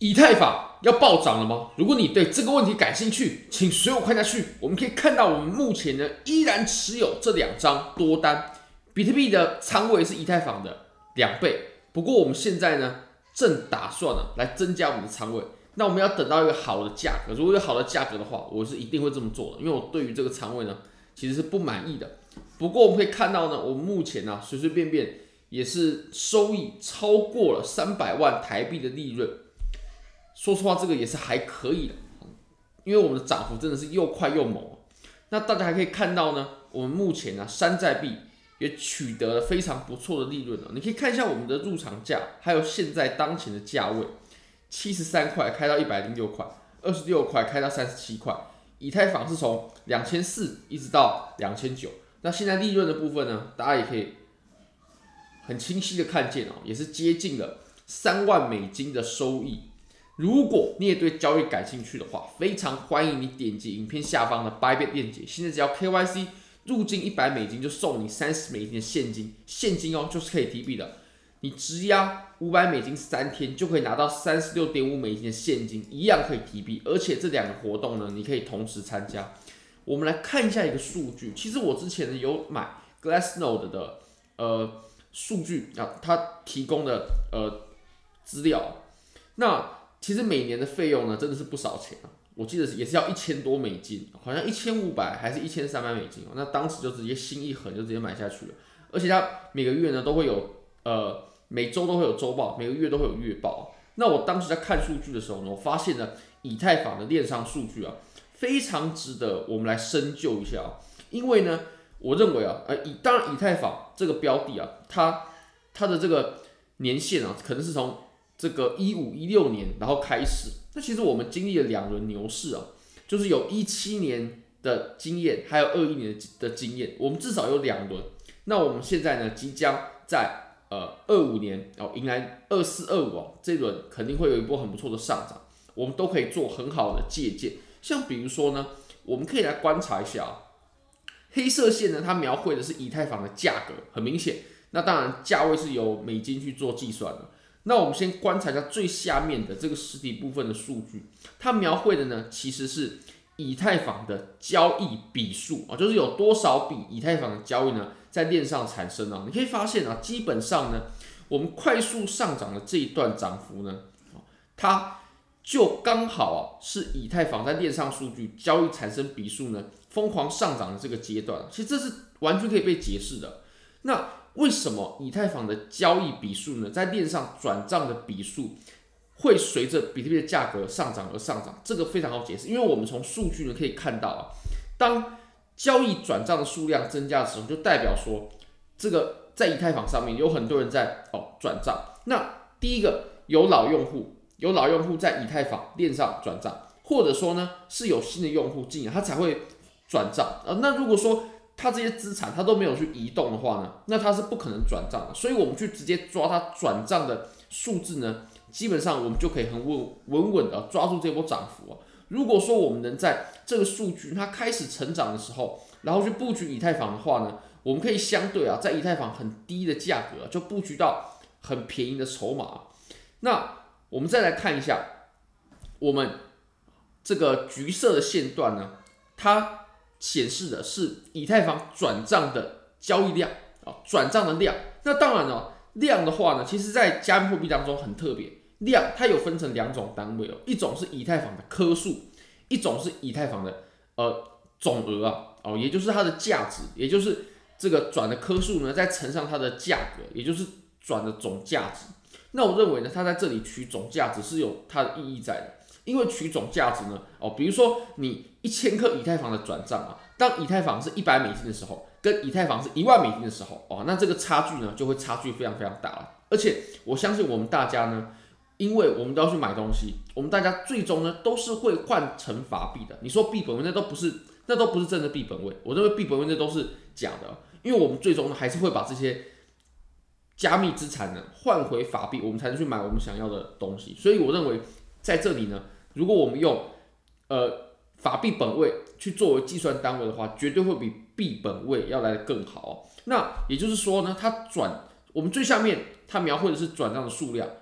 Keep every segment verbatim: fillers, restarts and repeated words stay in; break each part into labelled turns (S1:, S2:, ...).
S1: 以太坊要暴涨了吗？如果你对这个问题感兴趣，请随我看下去。我们可以看到，我们目前呢依然持有这两张多单，比特币的仓位是以太坊的两倍。不过我们现在呢正打算呢来增加我们的仓位。那我们要等到一个好的价格，如果有好的价格的话，我是一定会这么做的，因为我对于这个仓位呢其实是不满意的。不过我们可以看到呢，我们目前呢随随便便也是收益超过了三百万台币的利润。说实话，这个也是还可以的，因为我们的涨幅真的是又快又猛。那大家还可以看到呢，我们目前呢山寨币也取得了非常不错的利润。你可以看一下我们的入场价，还有现在当前的价位，七十三块开到一百零六块，二十六块开到三十七块。以太坊是从两千四一直到两千九。那现在利润的部分呢，大家也可以很清晰的看见哦，也是接近了三万美金的收益。如果你也对交易感兴趣的话，非常欢迎你点击影片下方的 Bybit 链接。现在只要 K Y C 入金一百美金，就送你三十美金的现金，现金哦，就是可以提币的。你质押五百美金三天，就可以拿到三十六点五美金的现金，一样可以提币。而且这两个活动呢，你可以同时参加。我们来看一下一个数据，其实我之前有买 Glassnode 的呃数据啊，它提供的呃资料，那其实每年的费用呢，真的是不少钱啊！我记得也是要一千多美金，好像一千五百还是一千三百美金哦。那当时就直接心一横，就直接买下去了。而且它每个月呢都会有，呃，每周都会有周报，每个月都会有月报。那我当时在看数据的时候呢，我发现呢，以太坊的链上数据啊，非常值得我们来深究一下啊。因为呢，我认为啊，呃，以当然以太坊这个标的啊，它它的这个年限啊，可能是从这个一五一六年，然后开始，那其实我们经历了两轮牛市啊，就是有一七年的经验，还有二一年的经验，我们至少有两轮。那我们现在呢，即将在呃二五年哦迎来二四二五哦，这轮肯定会有一波很不错的上涨，我们都可以做很好的借鉴。像比如说呢，我们可以来观察一下啊，黑色线呢，它描绘的是以太坊的价格，很明显，那当然价位是由美金去做计算的。那我们先观察一下最下面的这个实体部分的数据，它描绘的呢其实是以太坊的交易笔数啊，就是有多少笔以太坊的交易呢在链上产生啊。你可以发现啊，基本上呢，我们快速上涨的这一段涨幅呢，它就刚好啊是以太坊在链上数据交易产生笔数呢疯狂上涨的这个阶段，其实这是完全可以被解释的。那为什么以太坊的交易笔数呢，在链上转账的笔数会随着比特币的价格上涨而上涨？这个非常好解释，因为我们从数据呢可以看到啊，当交易转账的数量增加的时候，就代表说这个在以太坊上面有很多人在哦转账。那第一个有老用户，有老用户在以太坊链上转账，或者说呢是有新的用户进来，他才会转账啊。那如果说它这些资产它都没有去移动的话呢，那它是不可能转账的。所以我们去直接抓它转账的数字呢，基本上我们就可以很稳稳稳的抓住这波涨幅啊。如果说我们能在这个数据它开始成长的时候，然后去布局以太坊的话呢，我们可以相对啊，在以太坊很低的价格、啊、就布局到很便宜的筹码、啊。那我们再来看一下，我们这个橘色的线段呢，它显示的是以太坊转账的交易量啊，转账的量。那当然了，量的话呢，其实在加密货币当中很特别，量它有分成两种单位哦，一种是以太坊的颗数，一种是以太坊的呃总额啊，哦，也就是它的价值，也就是这个转的颗数呢，再乘上它的价格，也就是转的总价值。那我认为呢，它在这里取总价值是有它的意义在的。因为取总价值呢，哦，比如说你一千颗以太坊的转账啊，当以太坊是一百美金的时候，跟以太坊是一万美金的时候，哦，那这个差距呢就会差距非常非常大了。而且我相信我们大家呢，因为我们都要去买东西，我们大家最终呢都是会换成法币的。你说币本位那都不是，那都不是真的币本位，我认为币本位那都是假的，因为我们最终呢还是会把这些加密资产呢换回法币，我们才能去买我们想要的东西。所以我认为在这里呢，如果我们用呃法币本位去作为计算单位的话，绝对会比币本位要来得更好、哦。那也就是说呢，它转我们最下面它描绘的是转账的数量，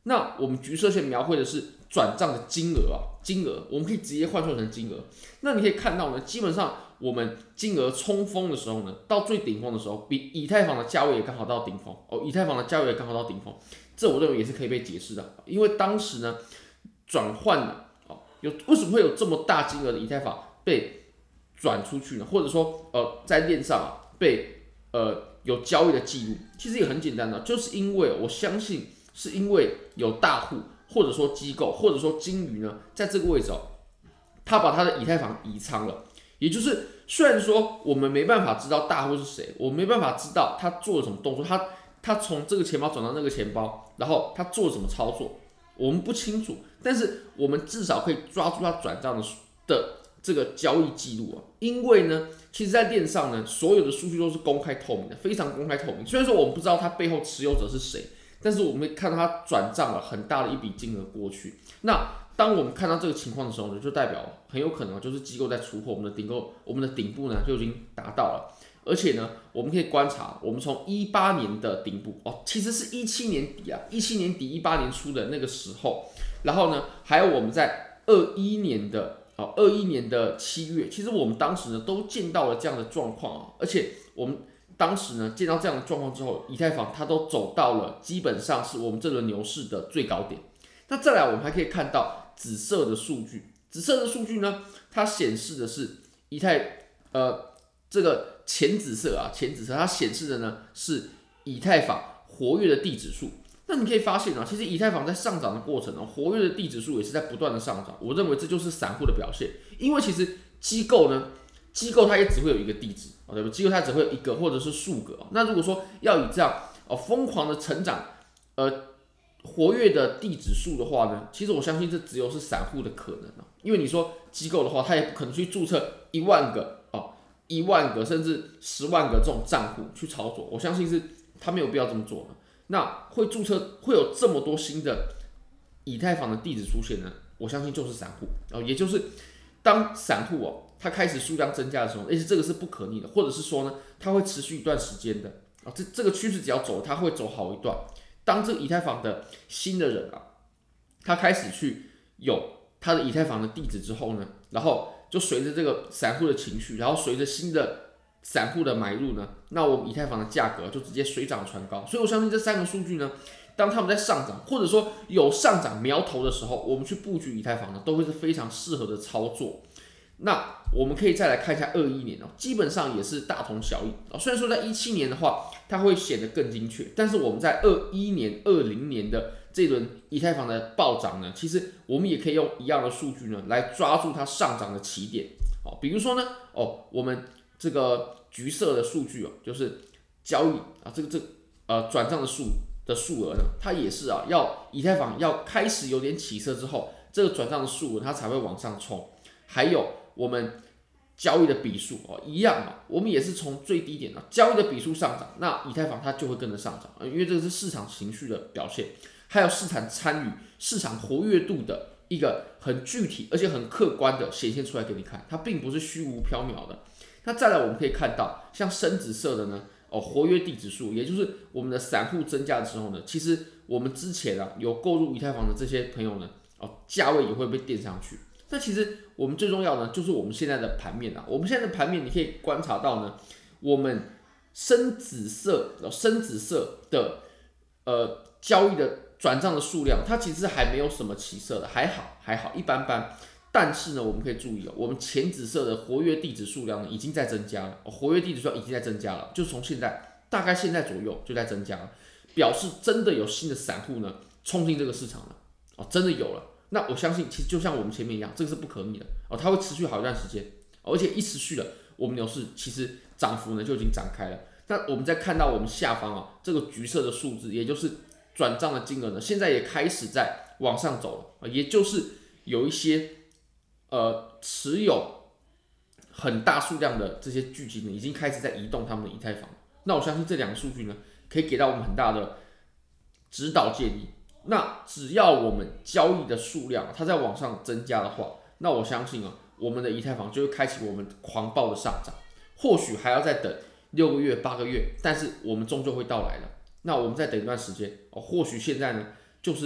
S1: 那我们橘色线描绘的是转账的金额啊，金额我们可以直接换算成金额。那你可以看到呢，基本上我们金额冲锋的时候呢，到最顶峰的时候，比以太坊的价位也刚好到顶峰哦，以太坊的价位也刚好到顶峰，这我认为也是可以被解释的，因为当时呢转换了哦，有为什么会有这么大金额的以太坊被转出去呢？或者说呃在链上啊被呃有交易的记录，其实也很简单的，就是因为我相信是因为有大户或者说机构或者说金鱼呢，在这个位置哦，他把他的以太坊移仓了，也就是虽然说我们没办法知道大户是谁，我没办法知道他做了什么动作，他他从这个钱包转到那个钱包，然后他做了什么操作，我们不清楚，但是我们至少可以抓住他转账的的这个交易记录啊，因为呢，其实，在链上呢，所有的数据都是公开透明的，非常公开透明。虽然说我们不知道他背后持有者是谁，但是我们会看到他转账了很大的一笔金额过去。那当我们看到这个情况的时候呢，就代表很有可能就是机构在出货，我们的顶购，我们的顶部呢就已经达到了。而且呢，我们可以观察，我们从一八年的顶部哦，其实是一七年底啊，一七年底一八年初的那个时候，然后呢，还有我们在二一年的。好，二一年的七月，其实我们当时呢都见到了这样的状况啊，而且我们当时呢见到这样的状况之后，以太坊它都走到了基本上是我们这轮牛市的最高点。那再来，我们还可以看到紫色的数据，紫色的数据呢，它显示的是以太呃这个浅紫色啊，浅紫色它显示的呢是以太坊活跃的地址数。那你可以发现啊，其实以太坊在上涨的过程中，活跃的地址数也是在不断的上涨。我认为这就是散户的表现，因为其实机构呢，机构它也只会有一个地址，对不对？机构它只会有一个或者是数个。那如果说要以这样哦疯狂的成长，呃活跃的地址数的话呢，其实我相信这只有是散户的可能啊，因为你说机构的话，它也不可能去注册一万个哦一万个甚至十万个这种账户去操作，我相信是它没有必要这么做的。那会注册会有这么多新的以太坊的地址出现呢？我相信就是散户哦，也就是当散户哦，它开始数量增加的时候，而且这个是不可逆的，或者是说呢，它会持续一段时间的啊，这这个趋势只要走，它会走好一段。当这个以太坊的新的人啊，他开始去有他的以太坊的地址之后呢，然后就随着这个散户的情绪，然后随着新的散户的买入呢，那我们以太坊的价格就直接水涨船高。所以我相信这三个数据呢，当他们在上涨，或者说有上涨苗头的时候，我们去布局以太坊呢，都会是非常适合的操作。那我们可以再来看一下二一年哦，基本上也是大同小异啊。虽然说在一七年的话，它会显得更精确，但是我们在二一年、二零年的这轮以太坊的暴涨呢，其实我们也可以用一样的数据呢，来抓住它上涨的起点。哦，比如说呢，哦，我们这个橘色的数据哦，就是交易啊，这个这个、呃转账的数的数额呢，它也是啊，要以太坊要开始有点起色之后，这个转账的数额它才会往上冲。还有我们交易的笔数哦，一样嘛，我们也是从最低点啊，交易的笔数上涨，那以太坊它就会跟着上涨，因为这个是市场情绪的表现，还有市场参与、市场活跃度的一个很具体而且很客观的显现出来给你看，它并不是虚无缥缈的。那再来我们可以看到，像深紫色的呢，哦，活跃地址数，也就是我们的散户增加的时候呢，其实我们之前啊有购入以太坊的这些朋友呢，哦，价位也会被垫上去。那其实我们最重要的就是我们现在的盘面啊，我们现在的盘面你可以观察到呢，我们深紫色、深紫色的呃交易的转账的数量，它其实还没有什么起色的，还好还好一般般。但是呢，我们可以注意哦，我们浅紫色的活跃地址数量呢已经在增加了，哦、活跃地址数量已经在增加了，就是从现在大概现在左右就在增加了，表示真的有新的散户呢冲进这个市场了，哦，真的有了。那我相信，其实就像我们前面一样，这个是不可逆的哦，它会持续好一段时间，而且一持续了，我们牛市其实涨幅呢就已经展开了。那我们再看到我们下方啊，这个橘色的数字，也就是转账的金额呢，现在也开始在往上走了，也就是有一些呃持有很大数量的这些巨金呢，已经开始在移动他们的以太坊。那我相信这两个数据呢，可以给到我们很大的指导建议。那只要我们交易的数量它在往上增加的话，那我相信啊，我们的以太坊就会开启我们狂暴的上涨。或许还要再等六个月、八个月，但是我们终究会到来的。那我们再等一段时间哦，或许现在呢，就是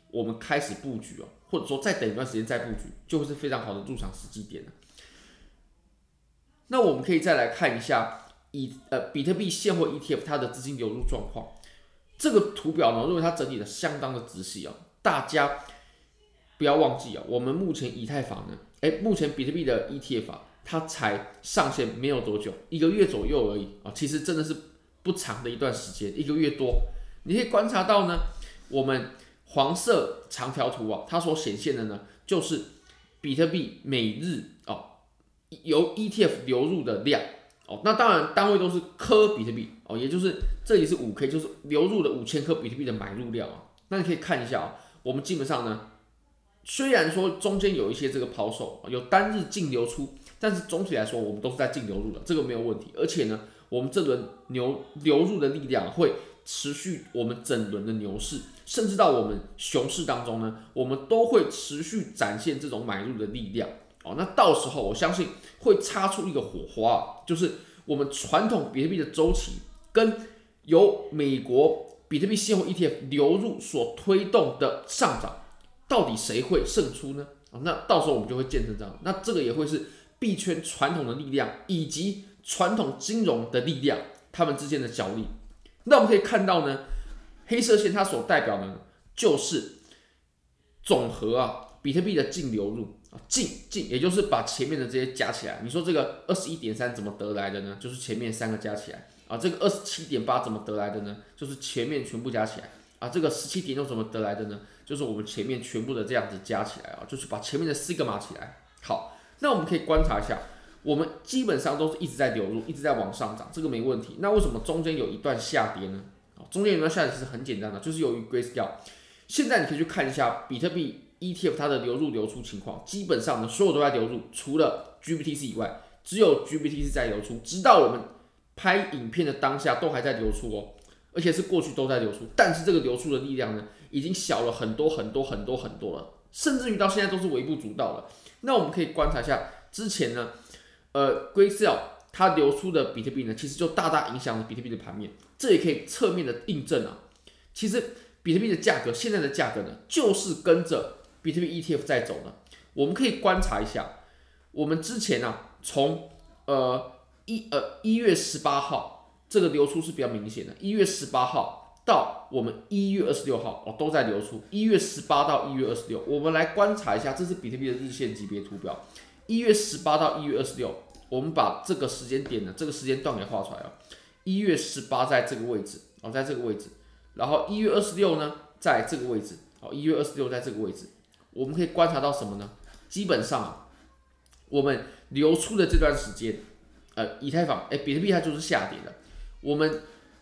S1: 我们开始布局哦，或者说再等一段时间再布局，就会是非常好的入场时机点了。那我们可以再来看一下以呃比特币现货 E T F 它的资金流入状况。这个图表呢，认为它整理的相当的仔细啊，大家不要忘记啊，我们目前以太坊呢，哎，目前比特币的 E T F 啊，它才上线没有多久，一个月左右而已啊，其实真的是不长的一段时间，一个月多。你可以观察到呢，我们黄色长条图啊，它所显现的呢，就是比特币每日哦由 E T F 流入的量哦，那当然单位都是颗比特币哦，也就是这里是五 K， 就是流入了五千颗比特币的买入量啊。那你可以看一下啊，我们基本上呢，虽然说中间有一些这个抛售，有单日净流出，但是总体来说我们都是在净流入的，这个没有问题。而且呢，我们这轮流流入的力量会持续我们整轮的牛市，甚至到我们熊市当中呢，我们都会持续展现这种买入的力量。哦，那到时候我相信会擦出一个火花，就是我们传统比特币的周期跟由美国比特币现货 E T F 流入所推动的上涨，到底谁会胜出呢？哦，那到时候我们就会见证这样。那这个也会是币圈传统的力量以及传统金融的力量，他们之间的角力。那我们可以看到呢，黑色线它所代表的就是总和啊，比特币的净流入。净净，也就是把前面的这些加起来。你说这个 二十一点三 怎么得来的呢？就是前面三个加起来啊。这个 二十七点八 怎么得来的呢？就是前面全部加起来啊。这个 十七点六 怎么得来的呢？就是我们前面全部的这样子加起来啊，就是把前面的 sigma 起来。好，那我们可以观察一下，我们基本上都是一直在流入，一直在往上涨，这个没问题。那为什么中间有一段下跌呢？中间有一段下跌其实很简单的，就是由于 Grayscale。现在你可以去看一下比特币E T F 它的流入流出情况，基本上呢，所有都在流入，除了 G B T C 以外，只有 G B T C 在流出，直到我们拍影片的当下都还在流出哦，而且是过去都在流出，但是这个流出的力量呢，已经小了很多很多很多很多了，甚至于到现在都是微不足道了。那我们可以观察一下之前呢，呃 Grayscale 它流出的比特币呢，其实就大大影响了比特币的盘面，这也可以侧面的印证啊，其实比特币的价格现在的价格呢，就是跟着比特币 E T F 在走的。我们可以观察一下，我们之前啊，从呃一呃一月十八号这个流出是比较明显的，一月十八号到我们一月二十六号哦都在流出，一月十八到一月二十六，我们来观察一下，这是比特币的日线级别图表，一月十八到一月二十六，我们把这个时间点呢，这个时间段给画出来哦，一月十八在这个位置哦，在这个位置，然后一月二十六呢，在这个位置，哦，一月二十六在这个位置。我们可以观察到什么呢？基本上啊，我们流出的这段时间，呃，以太坊，哎，比特币它就是下跌的。我们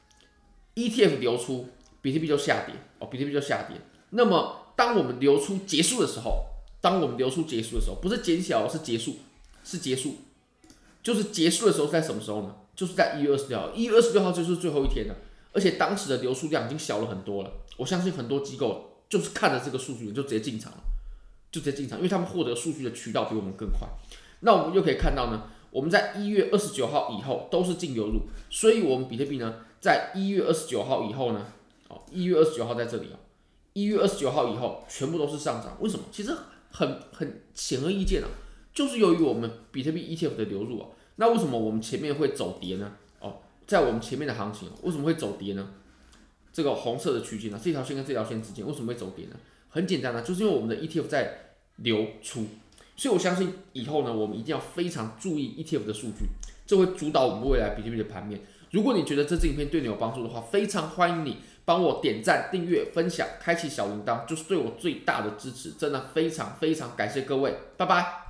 S1: E T F 流出，比特币就下跌，哦，比特币就下跌。那么，当我们流出结束的时候，当我们流出结束的时候，不是减小，是结束，是结束，就是结束的时候在什么时候呢？就是在一月二十六号，一月二十六号就是最后一天了。而且当时的流出量已经小了很多了，我相信很多机构就是看着这个数据就直接进场了。就直接进场，因为他们获得数据的渠道比我们更快。那我们又可以看到呢，我们在一月二十九号以后都是净流入，所以我们比特币呢，在一月二十九号以后呢，哦，一月二十九号在这里啊，一月二十九号以后全部都是上涨。为什么？其实很很显而易见啊，就是由于我们比特币 E T F 的流入啊。那为什么我们前面会走跌呢？哦，在我们前面的行情为什么会走跌呢？这个红色的区间呢，这条线跟这条线之间为什么会走跌呢？很简单啊，就是因为我们的 E T F 在流出，所以我相信以后呢，我们一定要非常注意 E T F 的数据，这会主导我们未来比特币的盘面。如果你觉得这支影片对你有帮助的话，非常欢迎你帮我点赞、订阅、分享、开启小铃铛，就是对我最大的支持。真的非常非常感谢各位，拜拜。